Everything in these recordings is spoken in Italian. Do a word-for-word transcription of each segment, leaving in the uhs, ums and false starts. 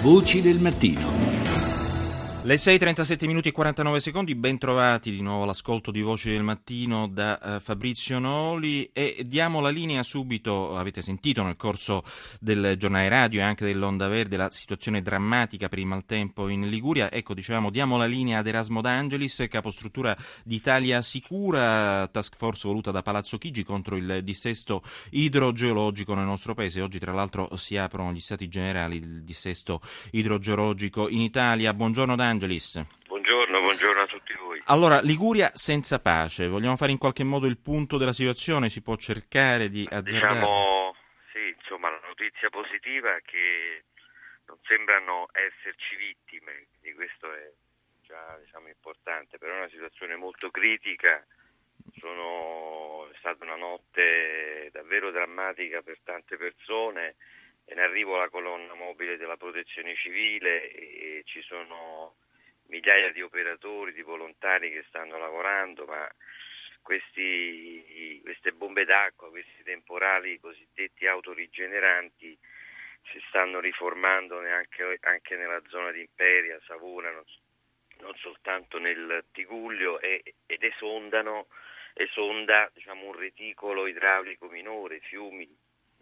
Voci del mattino. Le sei e trentasette minuti e quarantanove secondi, ben trovati di nuovo all'ascolto di Voci del Mattino da uh, Fabrizio Noli e diamo la linea subito. Avete sentito nel corso del giornale radio e anche dell'Onda Verde la situazione drammatica per il maltempo in Liguria. Ecco, dicevamo, diamo la linea ad Erasmo D'Angelis, capostruttura di Italia Sicura, task force voluta da Palazzo Chigi contro il dissesto idrogeologico nel nostro paese. Oggi tra l'altro si aprono gli stati generali del dissesto idrogeologico in Italia. Buongiorno D'Angelis. Buongiorno, buongiorno a tutti voi. Allora, Liguria senza pace, vogliamo fare in qualche modo il punto della situazione? Si può cercare di azzardare? Diciamo, sì, insomma, la notizia positiva è che non sembrano esserci vittime, quindi questo è già, diciamo, importante, però è una situazione molto critica. Sono, è stata una notte davvero drammatica per tante persone. In arrivo la colonna mobile della Protezione Civile e ci sono migliaia di operatori, di volontari che stanno lavorando, ma questi, queste bombe d'acqua, questi temporali cosiddetti autorigeneranti si stanno riformando neanche, anche nella zona di Imperia, Savona, non, non soltanto nel Tigullio, e, ed esondano, esonda diciamo, un reticolo idraulico minore, fiumi,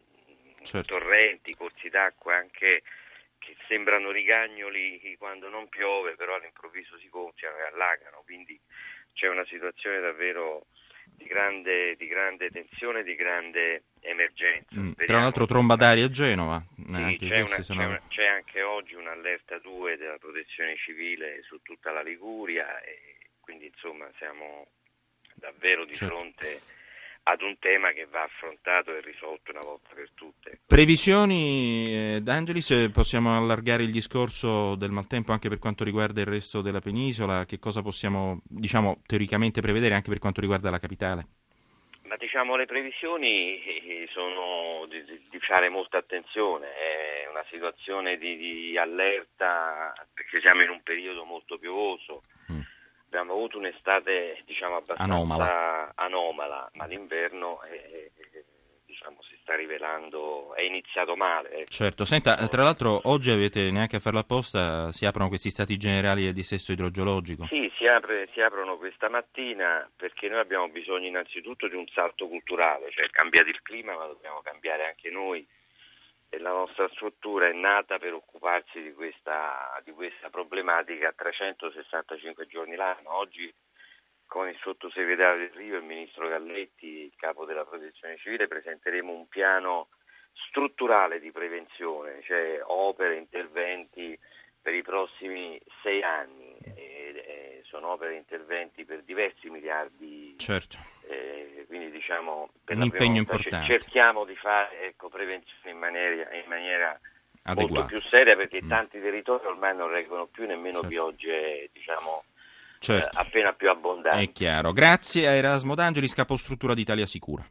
certo, torrenti, corsi d'acqua anche che sembrano rigagnoli quando non piove, però all'improvviso si gonfiano e allagano, quindi c'è una situazione davvero di grande, di grande tensione, di grande emergenza. Mm, tra l'altro tromba d'aria a Genova. Sì, anche c'è, una, sono... c'è, una, c'è anche oggi un'allerta due della Protezione Civile su tutta la Liguria e quindi insomma siamo davvero di certo. fronte ad un tema che va affrontato e risolto una volta per tutte. Previsioni, eh, D'Angelis, possiamo allargare il discorso del maltempo anche per quanto riguarda il resto della penisola? Che cosa possiamo, diciamo, teoricamente prevedere anche per quanto riguarda la capitale? Ma diciamo le previsioni sono di, di fare molta attenzione, è una situazione di, di allerta perché siamo in un periodo molto piovoso. Mm. Abbiamo avuto un'estate diciamo abbastanza anomala, anomala ma l'inverno è, diciamo, si sta rivelando, è iniziato male. Eh. Certo, senta, tra l'altro oggi avete, neanche a farlo apposta, si aprono questi stati generali del dissesto idrogeologico? Sì, si, apre, si aprono questa mattina perché noi abbiamo bisogno innanzitutto di un salto culturale, cioè è cambiato il clima ma dobbiamo cambiare anche noi. E la nostra struttura è nata per occuparsi di questa, di questa problematica trecentosessantacinque giorni l'anno. Oggi con il sottosegretario Del Rio e il ministro Galletti, il capo della Protezione Civile, presenteremo un piano strutturale di prevenzione, cioè opere, interventi per i prossimi sei anni. E, e sono opere e interventi per diversi miliardi. Certo. Eh, quindi diciamo per un la impegno volta importante. Cerchiamo di fare ecco, prevenzione in maniera, in maniera adeguata, molto più seria perché mm. tanti territori ormai non reggono più nemmeno certo. piogge diciamo certo. eh, appena più abbondanti. È chiaro. Grazie a Erasmo D'Angelis, capostruttura di Italia Sicura.